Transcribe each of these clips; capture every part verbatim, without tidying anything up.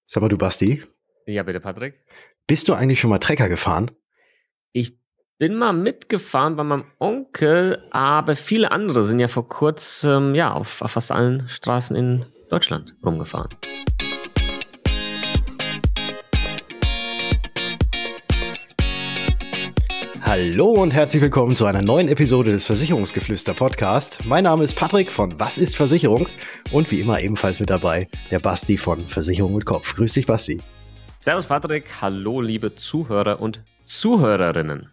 Sag mal, du Basti, Ja, bitte, Patrick. bist du eigentlich schon mal Trecker gefahren? Ich bin mal mitgefahren bei meinem Onkel, aber viele andere sind ja vor kurzem ja auf, auf fast allen Straßen in Deutschland rumgefahren. Hallo und herzlich willkommen zu einer neuen Episode des Versicherungsgeflüster Podcast. Mein Name ist Patrick von Was ist Versicherung? Und wie immer ebenfalls mit dabei der Basti von Versicherung mit Kopf. Grüß dich, Basti. Servus, Patrick. Hallo, liebe Zuhörer und Zuhörerinnen.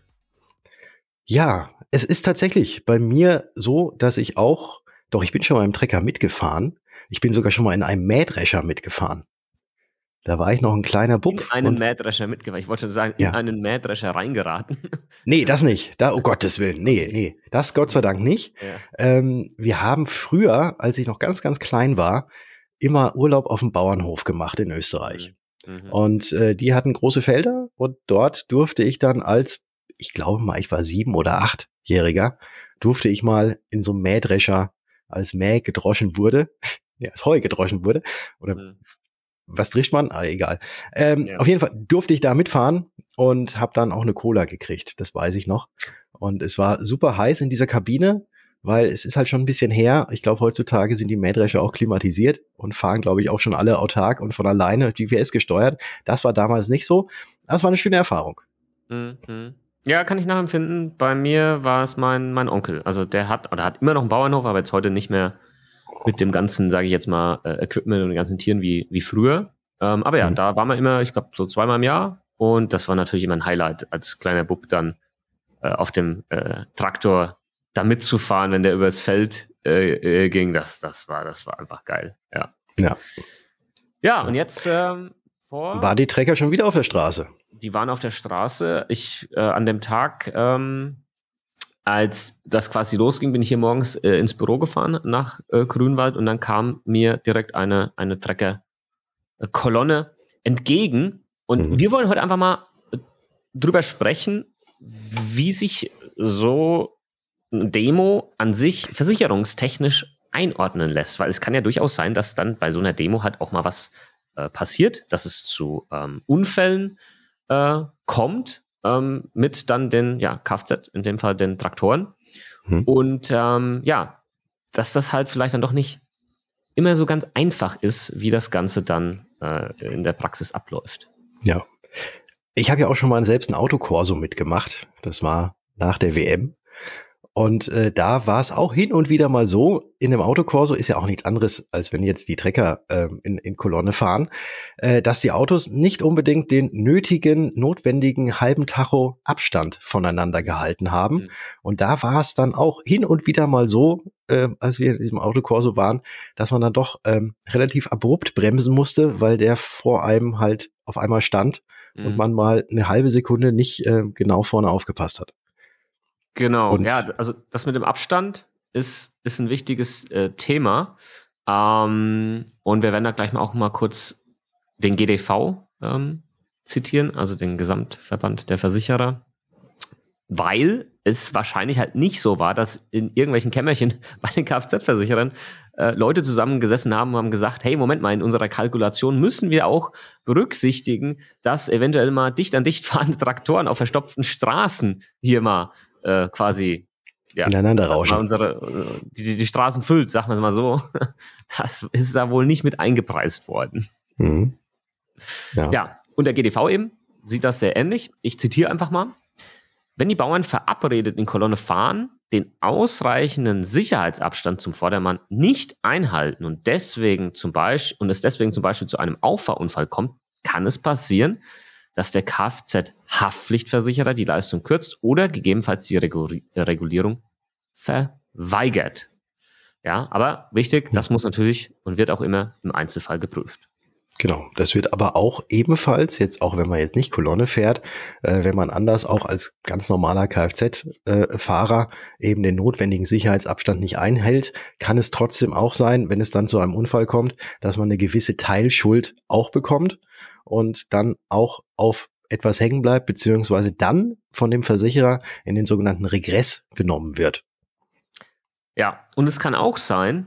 Ja, es ist tatsächlich bei mir so, dass ich auch, doch ich bin schon mal im Trecker mitgefahren. Ich bin sogar schon mal in einem Mähdrescher mitgefahren. Da war ich noch ein kleiner Bub. In einen Mähdrescher mitgefahren. Ich wollte schon sagen, in Ja. einen Mähdrescher reingeraten. Nee, das nicht. Da, um Gottes Willen. Nee, nee. Das Gott sei Dank nicht. Ja. Ähm, wir haben früher, als ich noch ganz, ganz klein war, immer Urlaub auf dem Bauernhof gemacht in Österreich. Mhm. Und äh, die hatten große Felder und dort durfte ich dann als, ich glaube mal, ich war sieben- oder achtjähriger, durfte ich mal in so einem Mähdrescher, als Mäh gedroschen wurde, ja, als Heu gedroschen wurde, oder Mhm. was drischt man? Ah, egal. Ähm, Ja. Auf jeden Fall durfte ich da mitfahren und habe dann auch eine Cola gekriegt. Das weiß ich noch. Und es war super heiß in dieser Kabine, weil es ist halt schon ein bisschen her. Ich glaube, heutzutage sind die Mähdrescher auch klimatisiert und fahren, glaube ich, auch schon alle autark und von alleine G P S gesteuert. Das war damals nicht so. Das war eine schöne Erfahrung. Mhm. Ja, kann ich nachempfinden. Bei mir war es mein, mein Onkel. Also der hat, oder hat immer noch einen Bauernhof, aber jetzt heute nicht mehr mit dem ganzen, sage ich jetzt mal, äh, Equipment und den ganzen Tieren wie, wie früher. Ähm, aber ja, Mhm. da waren wir immer, ich glaube, so zweimal im Jahr. Und das war natürlich immer ein Highlight, als kleiner Bub dann äh, auf dem äh, Traktor da mitzufahren, wenn der übers Feld äh, äh, ging. Das, das war, das war einfach geil. Ja. Ja. Ja, und jetzt ähm, vor. War die Trecker schon wieder auf der Straße? Die waren auf der Straße. Ich äh, an dem Tag, ähm, als das quasi losging, bin ich hier morgens äh, ins Büro gefahren nach äh, Grünwald und dann kam mir direkt eine, eine Trecker-Kolonne entgegen. Und Mhm. wir wollen heute einfach mal äh, drüber sprechen, wie sich so eine Demo an sich versicherungstechnisch einordnen lässt. Weil es kann ja durchaus sein, dass dann bei so einer Demo halt auch mal was äh, passiert, dass es zu ähm, Unfällen äh, kommt ähm, mit dann den ja, Kfz, in dem Fall den Traktoren. Mhm. Und ähm, ja, dass das halt vielleicht dann doch nicht immer so ganz einfach ist, wie das Ganze dann äh, in der Praxis abläuft. Ja. Ich habe ja auch schon mal selbst ein Autokorso mitgemacht. Das war nach der W M. Und äh, da war es auch hin und wieder mal so, in einem Autokorso ist ja auch nichts anderes, als wenn jetzt die Trecker ähm, in, in Kolonne fahren, äh, dass die Autos nicht unbedingt den nötigen, notwendigen halben Tacho Abstand voneinander gehalten haben. Mhm. Und da war es dann auch hin und wieder mal so, äh, als wir in diesem Autokorso waren, dass man dann doch ähm, relativ abrupt bremsen musste, weil der vor einem halt auf einmal stand Mhm. und man mal eine halbe Sekunde nicht äh, genau vorne aufgepasst hat. Genau, Und ja, also das mit dem Abstand ist, ist ein wichtiges äh, Thema. Ähm, und wir werden da gleich mal auch mal kurz den G D V ähm, zitieren, also den Gesamtverband der Versicherer, weil es wahrscheinlich halt nicht so war, dass in irgendwelchen Kämmerchen bei den Kfz-Versicherern äh, Leute zusammengesessen haben und haben gesagt, hey, Moment mal, in unserer Kalkulation müssen wir auch berücksichtigen, dass eventuell mal dicht an dicht fahrende Traktoren auf verstopften Straßen hier mal äh, quasi ja, ineinander dass das mal rauschen. unsere, äh, die, die Straßen füllt, sagen wir es mal so. Das ist da wohl nicht mit eingepreist worden. Mhm. Ja. Ja, und der G D V eben sieht das sehr ähnlich. Ich zitiere einfach mal. Wenn die Bauern verabredet in Kolonne fahren, den ausreichenden Sicherheitsabstand zum Vordermann nicht einhalten und deswegen zum Beispiel und es deswegen zum Beispiel zu einem Auffahrunfall kommt, kann es passieren, dass der Kfz-Haftpflichtversicherer die Leistung kürzt oder gegebenenfalls die Regul- Regulierung verweigert. Ja, aber wichtig, das muss natürlich und wird auch immer im Einzelfall geprüft. Genau, das wird aber auch ebenfalls, jetzt auch wenn man jetzt nicht Kolonne fährt, äh, wenn man anders auch als ganz normaler Kfz-Fahrer äh, eben den notwendigen Sicherheitsabstand nicht einhält, kann es trotzdem auch sein, wenn es dann zu einem Unfall kommt, dass man eine gewisse Teilschuld auch bekommt und dann auch auf etwas hängen bleibt, beziehungsweise dann von dem Versicherer in den sogenannten Regress genommen wird. Ja, und es kann auch sein,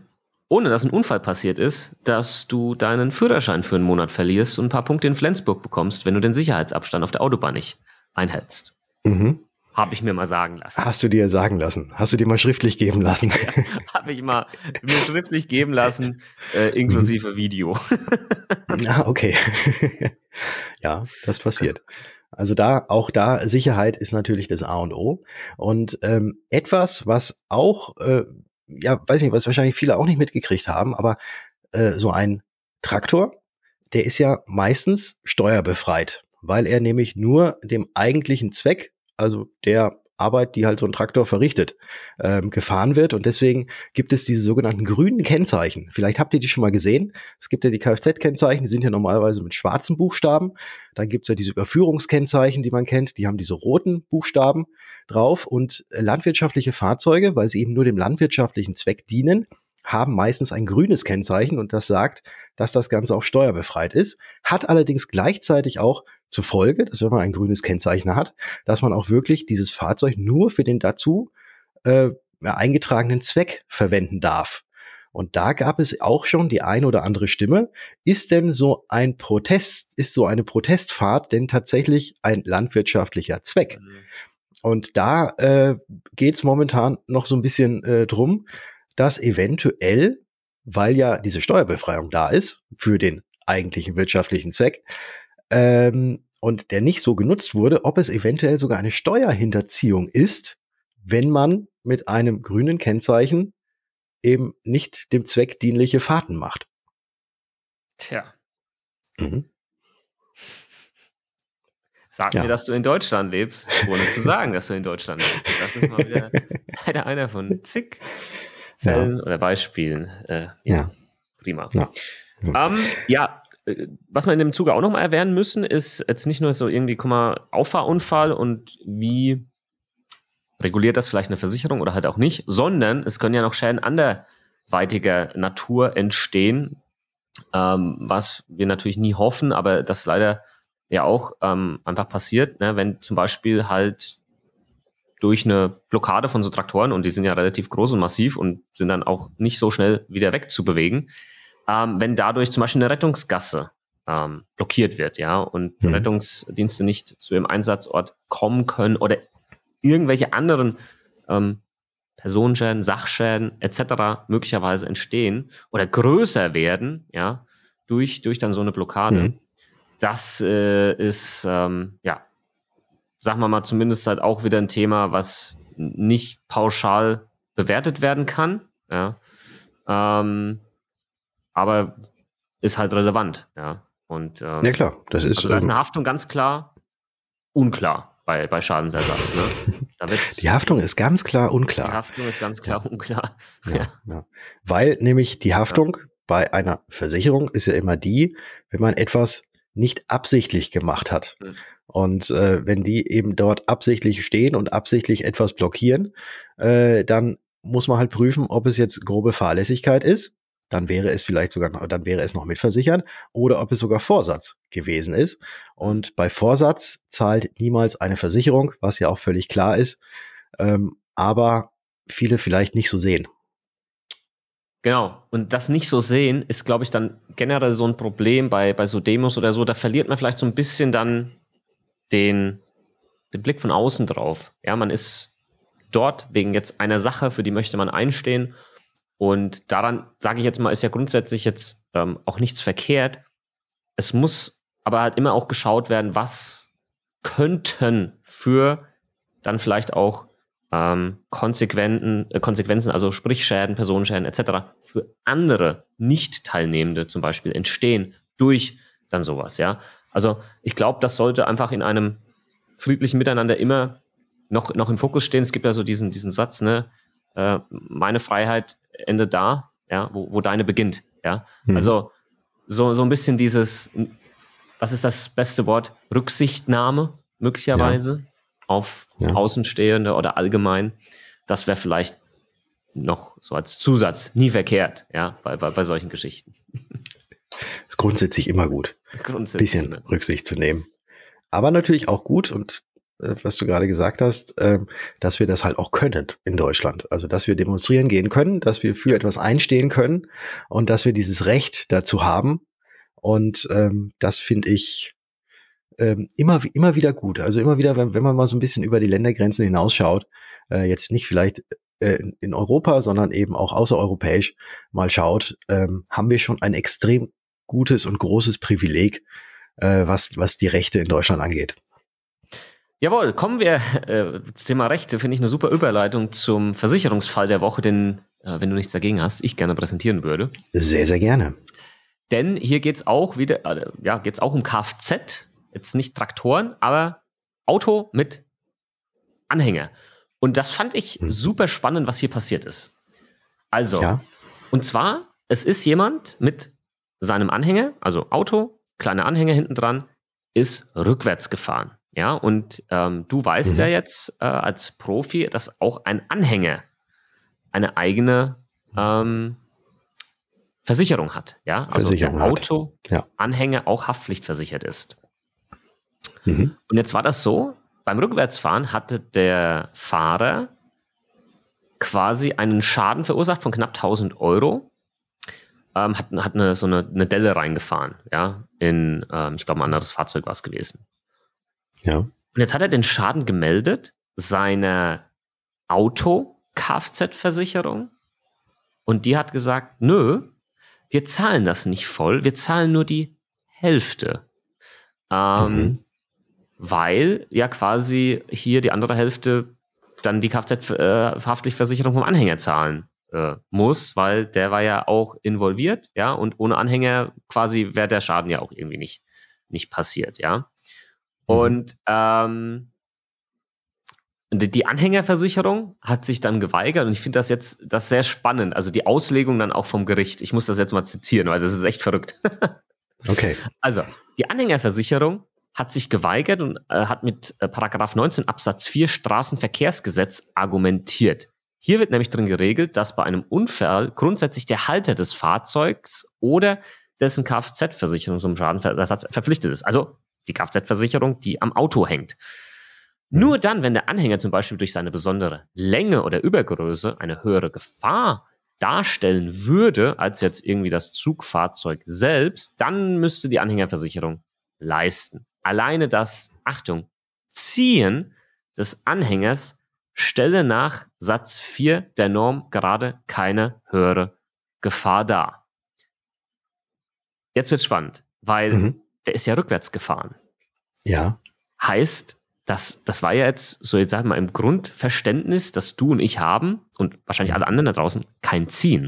ohne dass ein Unfall passiert ist, dass du deinen Führerschein für einen Monat verlierst und ein paar Punkte in Flensburg bekommst, wenn du den Sicherheitsabstand auf der Autobahn nicht einhältst. Mhm. Habe ich mir mal sagen lassen. Hast du dir sagen lassen? Hast du dir mal schriftlich geben lassen? Ja, habe ich mal mir schriftlich geben lassen, äh, inklusive mhm. Video. Ah, okay. Ja, das passiert. Also da, auch da, Sicherheit ist natürlich das A und O. Und ähm, etwas, was auch, äh, ja, weiß nicht, was wahrscheinlich viele auch nicht mitgekriegt haben, aber äh, so ein Traktor, der ist ja meistens steuerbefreit, weil er nämlich nur dem eigentlichen Zweck, also der Arbeit, die halt so ein Traktor verrichtet, ähm, gefahren wird. Und deswegen gibt es diese sogenannten grünen Kennzeichen. Vielleicht habt ihr die schon mal gesehen. Es gibt ja die Kfz-Kennzeichen, die sind ja normalerweise mit schwarzen Buchstaben. Dann gibt's ja diese Überführungskennzeichen, die man kennt, die haben diese roten Buchstaben drauf. Und landwirtschaftliche Fahrzeuge, weil sie eben nur dem landwirtschaftlichen Zweck dienen, haben meistens ein grünes Kennzeichen und das sagt, dass das Ganze auch steuerbefreit ist, hat allerdings gleichzeitig auch zur Folge, dass wenn man ein grünes Kennzeichen hat, dass man auch wirklich dieses Fahrzeug nur für den dazu äh, eingetragenen Zweck verwenden darf. Und da gab es auch schon die ein oder andere Stimme. Ist denn so ein Protest, ist so eine Protestfahrt denn tatsächlich ein landwirtschaftlicher Zweck? Mhm. Und da äh, geht es momentan noch so ein bisschen äh, drum, dass eventuell, weil ja diese Steuerbefreiung da ist für den eigentlichen wirtschaftlichen Zweck ähm, und der nicht so genutzt wurde, ob es eventuell sogar eine Steuerhinterziehung ist, wenn man mit einem grünen Kennzeichen eben nicht dem Zweck dienliche Fahrten macht. Tja. Mhm. Sag ja. mir, dass du in Deutschland lebst, ohne zu sagen, dass du in Deutschland lebst. Das ist mal wieder leider einer von zig Fällen ja. oder Beispielen. Äh, ja. ja. Prima. Ja. Ja. Ähm, ja, was wir in dem Zuge auch nochmal erwähnen müssen, ist jetzt nicht nur so irgendwie, guck mal, Auffahrunfall und wie reguliert das vielleicht eine Versicherung oder halt auch nicht, sondern es können ja noch Schäden anderweitiger Natur entstehen, ähm, was wir natürlich nie hoffen, aber das leider ja auch ähm, einfach passiert, ne? Wenn zum Beispiel halt durch eine Blockade von so Traktoren, und die sind ja relativ groß und massiv und sind dann auch nicht so schnell wieder wegzubewegen, ähm, wenn dadurch zum Beispiel eine Rettungsgasse ähm, blockiert wird, ja, und mhm. Rettungsdienste nicht zu ihrem Einsatzort kommen können oder irgendwelche anderen ähm, Personenschäden, Sachschäden et cetera möglicherweise entstehen oder größer werden, ja, durch, durch dann so eine Blockade. Mhm. Das äh, ist, ähm, ja, sagen wir mal, zumindest halt auch wieder ein Thema, was nicht pauschal bewertet werden kann, ja, ähm, aber ist halt relevant, ja. Und ähm, ja klar, das ist also da ist eine Haftung ganz klar unklar bei bei Schadensersatz. Ne? Da wird's, die Haftung ist ganz klar unklar. Die Haftung ist ganz klar ja. unklar. Ja, ja. Ja. Weil nämlich die Haftung ja. bei einer Versicherung ist ja immer die, wenn man etwas nicht absichtlich gemacht hat. Mhm. Und äh, wenn die eben dort absichtlich stehen und absichtlich etwas blockieren, äh, dann muss man halt prüfen, ob es jetzt grobe Fahrlässigkeit ist. Dann wäre es vielleicht sogar noch, dann wäre es noch mitversichert, oder ob es sogar Vorsatz gewesen ist. Und bei Vorsatz zahlt niemals eine Versicherung, was ja auch völlig klar ist, ähm, aber viele vielleicht nicht so sehen. Genau. Und das nicht so sehen ist, glaube ich, dann generell so ein Problem bei, bei so Demos oder so. Da verliert man vielleicht so ein bisschen dann den, den Blick von außen drauf. Ja, man ist dort wegen jetzt einer Sache, für die möchte man einstehen. Und daran, sage ich jetzt mal, ist ja grundsätzlich jetzt ähm, auch nichts verkehrt. Es muss aber halt immer auch geschaut werden, was könnten für dann vielleicht auch ähm, Konsequenzen, äh, Konsequenzen, also sprich Schäden, Personenschäden et cetera, für andere Nicht-Teilnehmende zum Beispiel entstehen durch dann sowas, ja. Also ich glaube, das sollte einfach in einem friedlichen Miteinander immer noch, noch im Fokus stehen. Es gibt ja so diesen, diesen Satz, ne, äh, meine Freiheit endet da, ja, wo, wo deine beginnt, ja. Mhm. Also so, so ein bisschen dieses, was ist das beste Wort? Rücksichtnahme möglicherweise ja. auf ja. Außenstehende oder allgemein. Das wäre vielleicht noch so als Zusatz nie verkehrt, ja, bei, bei, bei solchen Geschichten. Ist grundsätzlich immer gut, ein bisschen immer. Rücksicht zu nehmen. Aber natürlich auch gut, und äh, was du gerade gesagt hast, ähm, dass wir das halt auch können in Deutschland. Also, dass wir demonstrieren gehen können, dass wir für etwas einstehen können und dass wir dieses Recht dazu haben. Und ähm, das finde ich ähm, immer, immer wieder gut. Also immer wieder, wenn, wenn man mal so ein bisschen über die Ländergrenzen hinausschaut, äh, jetzt nicht vielleicht äh, in Europa, sondern eben auch außereuropäisch mal schaut, ähm, haben wir schon ein extrem gutes und großes Privileg, äh, was, was die Rechte in Deutschland angeht. Jawohl, kommen wir äh, zum Thema Rechte, finde ich eine super Überleitung zum Versicherungsfall der Woche, den, äh, wenn du nichts dagegen hast, ich gerne präsentieren würde. Sehr, sehr gerne. Denn hier geht es auch wieder, äh, ja, geht es auch um Kfz, jetzt nicht Traktoren, aber Auto mit Anhänger. Und das fand ich Hm. super spannend, was hier passiert ist. Also, Ja. und zwar, es ist jemand mit seinem Anhänger, also Auto, kleiner Anhänger hinten dran, ist rückwärts gefahren. Ja, und ähm, du weißt Mhm. ja jetzt äh, als Profi, dass auch ein Anhänger eine eigene ähm, Versicherung hat. Ja, also Versicherung der hat. Ja. Autoanhänger auch haftpflichtversichert ist. Mhm. Und jetzt war das so, beim Rückwärtsfahren hatte der Fahrer quasi einen Schaden verursacht von knapp tausend Euro. Ähm, hat hat eine, so eine, eine Delle reingefahren, ja, in, ähm, ich glaube, ein anderes Fahrzeug war es gewesen. Ja. Und jetzt hat er den Schaden gemeldet, seiner Auto-Kfz-Versicherung. Und die hat gesagt, nö, wir zahlen das nicht voll, wir zahlen nur die Hälfte. Ähm, Mhm. Weil ja quasi hier die andere Hälfte dann die Kfz-Haftpflichtversicherung vom Anhänger zahlen äh, muss, weil der war ja auch involviert, ja, und ohne Anhänger quasi wäre der Schaden ja auch irgendwie nicht, nicht passiert, ja. Und ähm, die die Anhängerversicherung hat sich dann geweigert und ich finde das jetzt das sehr spannend, also die Auslegung dann auch vom Gericht. Ich muss das jetzt mal zitieren, weil das ist echt verrückt. Okay. Also, die Anhängerversicherung hat sich geweigert und äh, hat mit äh, Paragraph neunzehn Absatz vier Straßenverkehrsgesetz argumentiert. Hier wird nämlich drin geregelt, dass bei einem Unfall grundsätzlich der Halter des Fahrzeugs oder dessen Kfz-Versicherung zum Schadensersatz verpflichtet ist. Also die Kfz-Versicherung, die am Auto hängt. Nur dann, wenn der Anhänger zum Beispiel durch seine besondere Länge oder Übergröße eine höhere Gefahr darstellen würde, als jetzt irgendwie das Zugfahrzeug selbst, dann müsste die Anhängerversicherung leisten. Alleine das, Achtung, Ziehen des Anhängers stelle nach Satz vier der Norm gerade keine höhere Gefahr dar. Jetzt wird's spannend, weil Mhm. der ist ja rückwärts gefahren. Ja. Heißt, das, das war ja jetzt, so jetzt sagen wir mal, im Grundverständnis, das du und ich haben und wahrscheinlich alle anderen da draußen, kein Ziehen.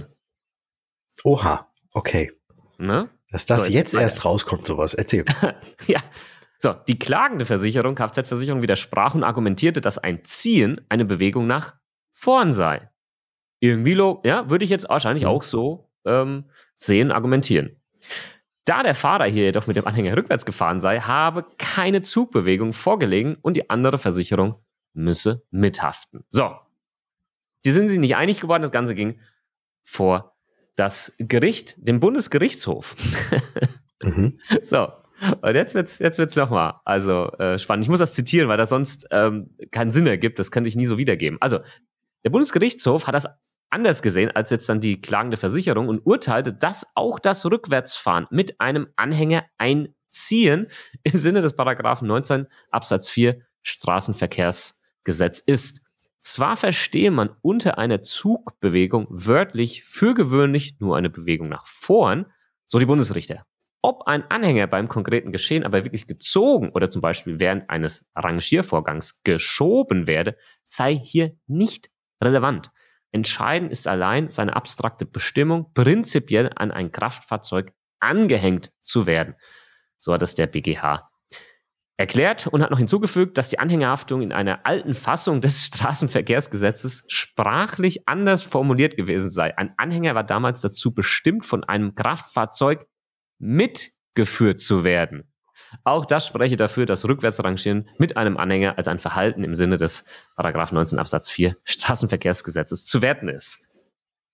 Oha. Okay. Ne? Dass das So, jetzt jetzt erst rauskommt, sowas. Erzähl. Ja. So, die klagende Versicherung, Kfz-Versicherung, widersprach und argumentierte, dass ein Ziehen eine Bewegung nach vorn sei. Irgendwie, lo- ja, würde ich jetzt wahrscheinlich Mhm. auch so ähm, sehen, argumentieren. Da der Fahrer hier jedoch mit dem Anhänger rückwärts gefahren sei, habe keine Zugbewegung vorgelegen und die andere Versicherung müsse mithaften. So, die sind sich nicht einig geworden, das Ganze ging vor das Gericht, den Bundesgerichtshof. Mhm. So, und jetzt wird's, jetzt wird's nochmal, also äh, spannend. Ich muss das zitieren, weil das sonst ähm, keinen Sinn ergibt. Das könnte ich nie so wiedergeben. Also, der Bundesgerichtshof hat das anders gesehen als jetzt dann die klagende Versicherung und urteilte, dass auch das Rückwärtsfahren mit einem Anhänger ein Ziehen im Sinne des Paragraphen neunzehn Absatz vier Straßenverkehrsgesetz ist. Zwar verstehe man unter einer Zugbewegung wörtlich für gewöhnlich nur eine Bewegung nach vorn, so die Bundesrichter. Ob ein Anhänger beim konkreten Geschehen aber wirklich gezogen oder zum Beispiel während eines Rangiervorgangs geschoben werde, sei hier nicht relevant. Entscheidend ist allein seine abstrakte Bestimmung, prinzipiell an ein Kraftfahrzeug angehängt zu werden. So hat es der B G H erklärt und hat noch hinzugefügt, dass die Anhängerhaftung in einer alten Fassung des Straßenverkehrsgesetzes sprachlich anders formuliert gewesen sei. Ein Anhänger war damals dazu bestimmt, von einem Kraftfahrzeug mitgeführt zu werden. Auch das spreche dafür, dass Rückwärtsrangieren mit einem Anhänger als ein Verhalten im Sinne des Paragraph neunzehn Absatz vier Straßenverkehrsgesetzes zu werten ist.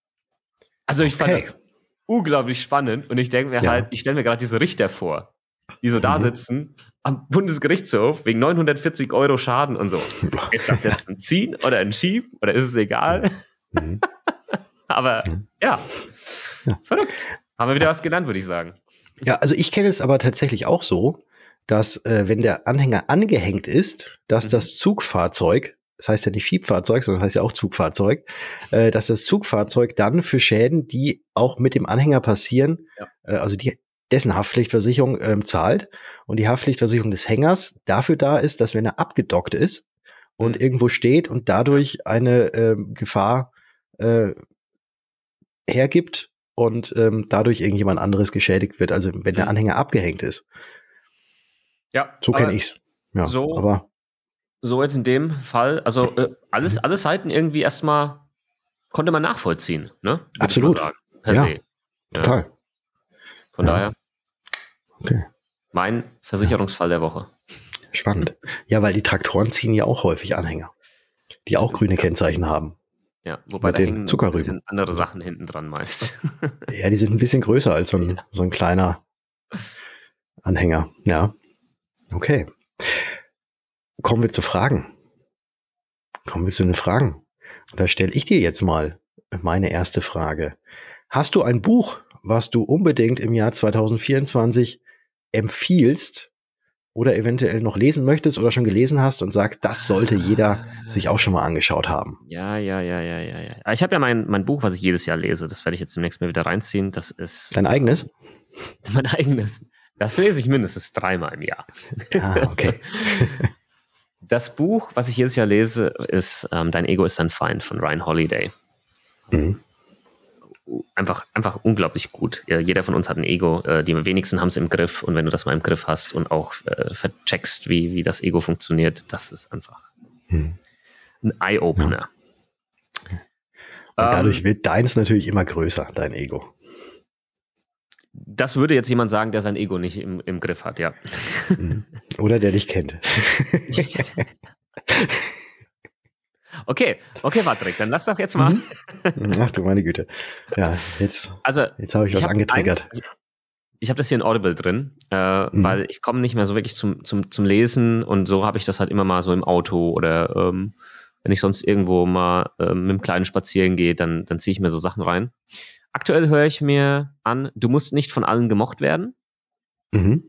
Also ich Okay. fand das unglaublich spannend und ich denke mir Ja. halt, ich stelle mir gerade diese Richter vor. die so da sitzen am Bundesgerichtshof wegen neunhundertvierzig Euro Schaden und so. Ist das jetzt ein Ziehen oder ein Schieben oder ist es egal? Mhm. Aber mhm. Ja, ja, verrückt. Haben wir wieder was gelernt, würde ich sagen. Ja, also ich kenne es aber tatsächlich auch so, dass äh, wenn der Anhänger angehängt ist, dass mhm. das Zugfahrzeug, das heißt ja nicht Schiebfahrzeug, sondern das heißt ja auch Zugfahrzeug, äh, dass das Zugfahrzeug dann für Schäden, die auch mit dem Anhänger passieren, ja. äh, also die dessen Haftpflichtversicherung ähm, zahlt und die Haftpflichtversicherung des Hängers dafür da ist, dass wenn er abgedockt ist und mhm. irgendwo steht und dadurch eine äh, Gefahr äh, hergibt und ähm, dadurch irgendjemand anderes geschädigt wird, also wenn der Anhänger abgehängt ist. Ja, so kenne ich's. Ja, so, aber so jetzt in dem Fall, also äh, alles, alle Seiten irgendwie erstmal konnte man nachvollziehen, ne? Würde absolut. Ich mal sagen, per ja, se. Ja. Total. Von ja. daher. Okay. Mein Versicherungsfall der Woche. Spannend. Ja, weil die Traktoren ziehen ja auch häufig Anhänger, die auch grüne Kennzeichen haben. Ja, wobei mit da hängen den ein bisschen andere Sachen hinten dran meist. Ja, die sind ein bisschen größer als so ein, ja. so ein kleiner Anhänger. Ja, okay. Kommen wir zu Fragen. Kommen wir zu den Fragen. Und da stelle ich dir jetzt mal meine erste Frage. Hast du ein Buch, was du unbedingt im Jahr zwanzig vierundzwanzig empfiehlst oder eventuell noch lesen möchtest oder schon gelesen hast und sagst, das sollte jeder sich auch schon mal angeschaut haben? Ja, ja, ja, ja, ja, ja. Ich habe ja mein, mein Buch, was ich jedes Jahr lese. Das werde ich jetzt demnächst mal wieder reinziehen. Das ist dein eigenes? Mein eigenes. Das lese ich mindestens dreimal im Jahr. Ah, okay. Das Buch, was ich jedes Jahr lese, ist ähm, Dein Ego ist dein Feind von Ryan Holiday. Mhm. Einfach, einfach unglaublich gut. Ja, jeder von uns hat ein Ego. Äh, die wenigsten haben es im Griff. Und wenn du das mal im Griff hast und auch äh, vercheckst, wie, wie das Ego funktioniert, das ist einfach mhm. ein Eye-Opener. Ja. Und dadurch ähm, wird deins natürlich immer größer, dein Ego. Das würde jetzt jemand sagen, der sein Ego nicht im, im Griff hat, ja. Oder der dich kennt. Okay, okay, Patrick, dann lass doch jetzt mal. Ach du meine Güte. Ja, jetzt, also, jetzt habe ich, ich was hab angetriggert. Eins, ich habe das hier in Audible drin, äh, mhm. weil ich komme nicht mehr so wirklich zum, zum, zum Lesen und so habe ich das halt immer mal so im Auto oder ähm, wenn ich sonst irgendwo mal ähm, mit einem kleinen Spazieren gehe, dann, dann ziehe ich mir so Sachen rein. Aktuell höre ich mir an, du musst nicht von allen gemocht werden. Mhm.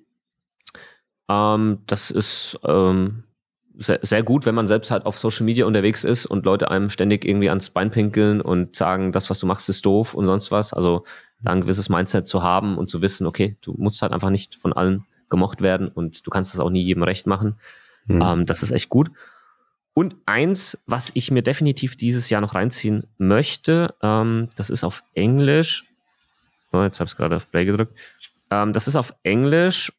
Ähm, das ist ähm, sehr, sehr gut, wenn man selbst halt auf Social Media unterwegs ist und Leute einem ständig irgendwie ans Bein pinkeln und sagen, das, was du machst, ist doof und sonst was. Also da ein gewisses Mindset zu haben und zu wissen, okay, du musst halt einfach nicht von allen gemocht werden und du kannst das auch nie jedem recht machen. Mhm. Ähm, das ist echt gut. Und eins, was ich mir definitiv dieses Jahr noch reinziehen möchte, ähm, das ist auf Englisch. Oh, jetzt habe ich gerade auf Play gedrückt. Ähm, das ist auf Englisch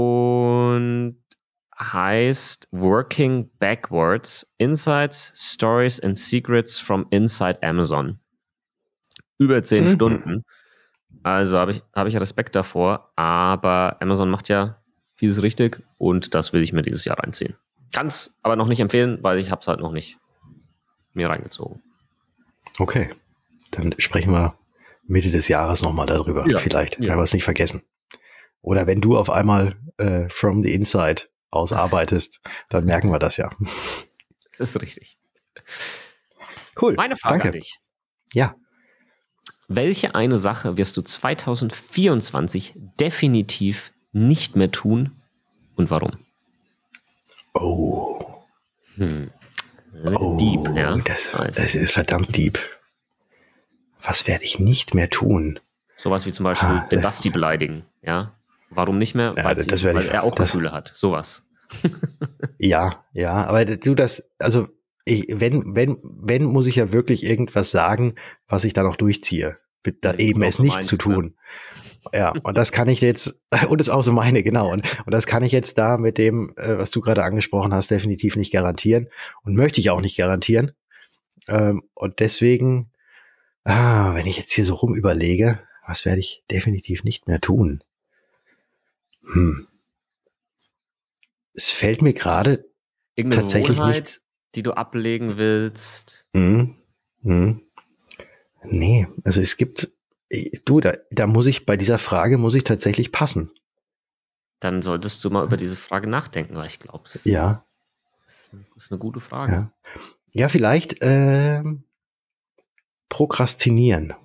und heißt Working Backwards: Insights, Stories and Secrets from Inside Amazon. Über zehn mhm. Stunden. Also habe ich, hab ich Respekt davor. Aber Amazon macht ja vieles richtig und das will ich mir dieses Jahr reinziehen. Kann es aber noch nicht empfehlen, weil ich habe es halt noch nicht mir reingezogen. Okay, dann sprechen wir Mitte des Jahres nochmal darüber. Ja, vielleicht, ja. Wenn wir es nicht vergessen. Oder wenn du auf einmal äh, from the inside aus arbeitest, dann merken wir das ja. Das ist richtig. Cool, meine Frage danke. An dich. Ja. Welche eine Sache wirst du zwanzig vierundzwanzig definitiv nicht mehr tun und warum? Oh. Hm. Oh, deep, ja. Das, das ist verdammt deep. Was werde ich nicht mehr tun? Sowas wie zum Beispiel ah, den Basti beleidigen, ja. Warum nicht mehr? Ja, weil das sie, weil ich, er auch das, Gefühle hat. Sowas. Ja, ja, aber du das, also ich, wenn, wenn, wenn, muss ich ja wirklich irgendwas sagen, was ich dann auch durchziehe. Da eben es nicht meinst, zu tun. Ne? Ja, und das kann ich jetzt, und das ist auch so meine, genau. Und, und das kann ich jetzt da mit dem, äh, was du gerade angesprochen hast, definitiv nicht garantieren. Und möchte ich auch nicht garantieren. Ähm, und deswegen, ah, wenn ich jetzt hier so rum überlege, was werde ich definitiv nicht mehr tun? Hm. Es fällt mir gerade tatsächlich nicht, die du ablegen willst. Mhm. Mhm. Nee, also es gibt, du, da, da muss ich, bei dieser Frage muss ich tatsächlich passen. dann solltest du mal über diese Frage nachdenken, weil ich glaube, es Ja, ist, ist eine gute Frage. ja. Ja, vielleicht ähm, prokrastinieren.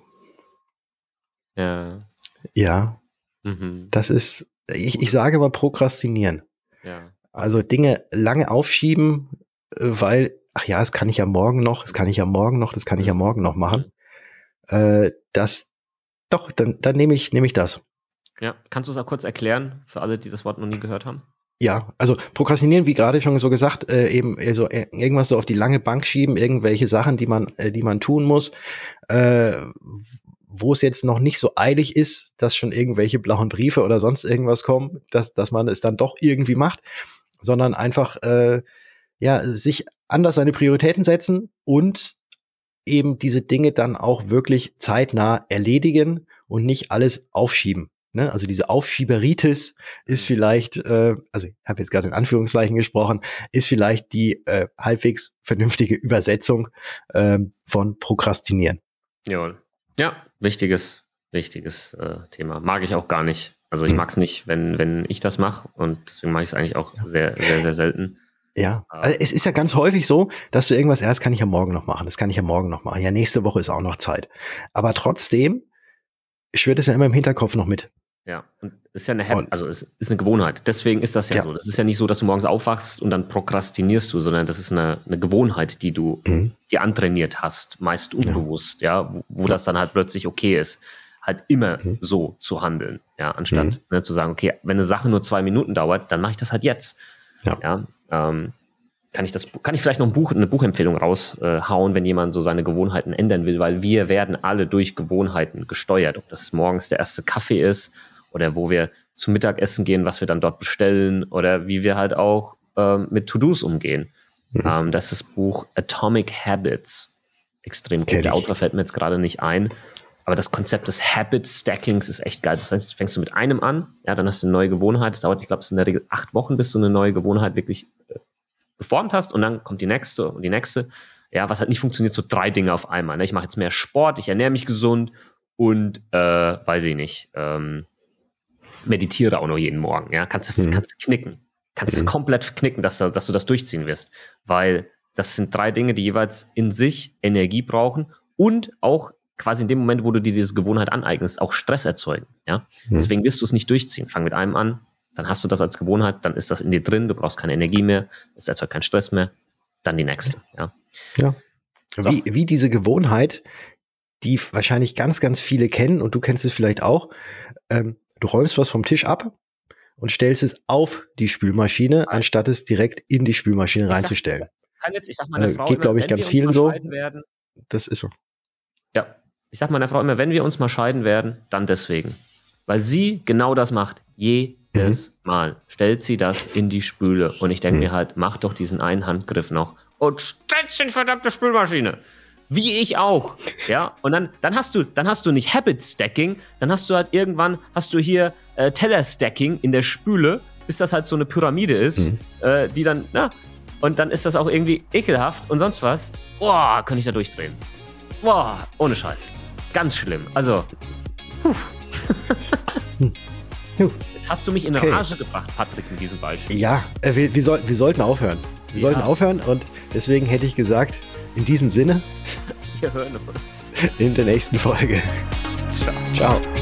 Ja. Ja, Mhm. das ist, ich, ich sage mal prokrastinieren. Ja. Also Dinge lange aufschieben, äh, weil, ach ja, das kann ich ja morgen noch, das kann ich ja morgen noch, das kann ich ja morgen noch machen. Äh, das, doch, dann, dann nehme ich, nehme ich das. Ja, kannst du es auch kurz erklären für alle, die das Wort noch nie gehört haben? Ja, also prokrastinieren, wie gerade schon so gesagt, äh, eben so äh, irgendwas so auf die lange Bank schieben, irgendwelche Sachen, die man, äh, die man tun muss, äh, wo es jetzt noch nicht so eilig ist, dass schon irgendwelche blauen Briefe oder sonst irgendwas kommen, dass, dass man es dann doch irgendwie macht, sondern einfach äh, ja sich anders seine Prioritäten setzen und eben diese Dinge dann auch wirklich zeitnah erledigen und nicht alles aufschieben. Ne? Also diese Aufschieberitis ist vielleicht, äh, also ich habe jetzt gerade in Anführungszeichen gesprochen, ist vielleicht die äh, halbwegs vernünftige Übersetzung ähm, von Prokrastinieren. Jawohl. Ja, wichtiges, wichtiges äh, Thema. Mag ich auch gar nicht. Also ich Hm. mag es nicht, wenn, wenn ich das mache und deswegen mache ich es eigentlich auch sehr, sehr, sehr selten. Ja, also es ist ja ganz häufig so, dass du irgendwas, ja, das kann ich ja morgen noch machen, das kann ich ja morgen noch machen. Ja, nächste Woche ist auch noch Zeit. Aber trotzdem schwirrt es ja immer im Hinterkopf noch mit. Ja, und es ist ja eine Hab- Und- also es ist eine Gewohnheit. Deswegen ist das ja, Ja. so. Das ist ja nicht so, dass du morgens aufwachst und dann prokrastinierst du, sondern das ist eine, eine Gewohnheit, die du Mhm. dir antrainiert hast, meist unbewusst, ja, wo, wo das dann halt plötzlich okay ist, halt immer Mhm. so zu handeln, ja, anstatt Mhm. ne, zu sagen, okay, wenn eine Sache nur zwei Minuten dauert, dann mache ich das halt jetzt. Ja. Ja, ähm, kann ich das, kann ich vielleicht noch ein Buch, eine Buchempfehlung raushauen, äh, wenn jemand so seine Gewohnheiten ändern will, weil wir werden alle durch Gewohnheiten gesteuert, ob das morgens der erste Kaffee ist oder wo wir zum Mittagessen gehen, was wir dann dort bestellen oder wie wir halt auch ähm, mit To-Dos umgehen. Mhm. Ähm, das ist das Buch Atomic Habits. Extrem Kenn gut. Der ich. Autor fällt mir jetzt gerade nicht ein. Aber das Konzept des Habit-Stackings ist echt geil. Das heißt, fängst du mit einem an, ja, dann hast du eine neue Gewohnheit. Das dauert, ich glaube, so in der Regel acht Wochen, bis du eine neue Gewohnheit wirklich äh, geformt hast. Und dann kommt die nächste und die nächste. Ja, was halt nicht funktioniert, so drei Dinge auf einmal. Ne? Ich mache jetzt mehr Sport, ich ernähre mich gesund und, äh, weiß ich nicht, ähm, meditiere auch noch jeden Morgen. Ja, kannst du, Mhm. kannst du knicken. Kannst du Mhm. komplett knicken, dass, du- dass du das durchziehen wirst. Weil das sind drei Dinge, die jeweils in sich Energie brauchen und auch quasi in dem Moment, wo du dir diese Gewohnheit aneignest, auch Stress erzeugen. Ja? Mhm. Deswegen wirst du es nicht durchziehen. Fang mit einem an, dann hast du das als Gewohnheit, dann ist das in dir drin, du brauchst keine Energie mehr, es erzeugt keinen Stress mehr, dann die nächste. Ja? Ja. So. Wie, wie diese Gewohnheit, die wahrscheinlich ganz, ganz viele kennen und du kennst es vielleicht auch. Ähm, du räumst was vom Tisch ab und stellst es auf die Spülmaschine, anstatt es direkt in die Spülmaschine Ich sag- reinzustellen. Kann jetzt, ich sag meiner Äh, Frau geht, immer, glaub ich, wenn ganz wir uns vielen mal so. scheiden werden, Das ist so. ja, ich sag meiner Frau immer, wenn wir uns mal scheiden werden, dann deswegen. Weil sie genau das macht. Jedes Mal stellt sie das in die Spüle. Und ich denke Mhm. mir halt, mach doch diesen einen Handgriff noch und stell's in die verdammte Spülmaschine. Wie ich auch. Ja, und dann, dann hast du, dann hast du nicht Habit Stacking, dann hast du halt irgendwann, hast du hier äh, Teller Stacking in der Spüle, bis das halt so eine Pyramide ist, Mhm. äh, die dann, na, und dann ist das auch irgendwie ekelhaft und sonst was. Boah, könnte ich da durchdrehen. Boah, ohne Scheiß. Ganz schlimm. Also, Puh. jetzt hast du mich in Okay. Rage gebracht, Patrick, mit diesem Beispiel. Ja, äh, wir, wir, soll, wir sollten aufhören. Wir Ja. sollten aufhören und deswegen hätte ich gesagt, in diesem Sinne, Wir hören uns. in der nächsten Folge. Ciao. Ciao.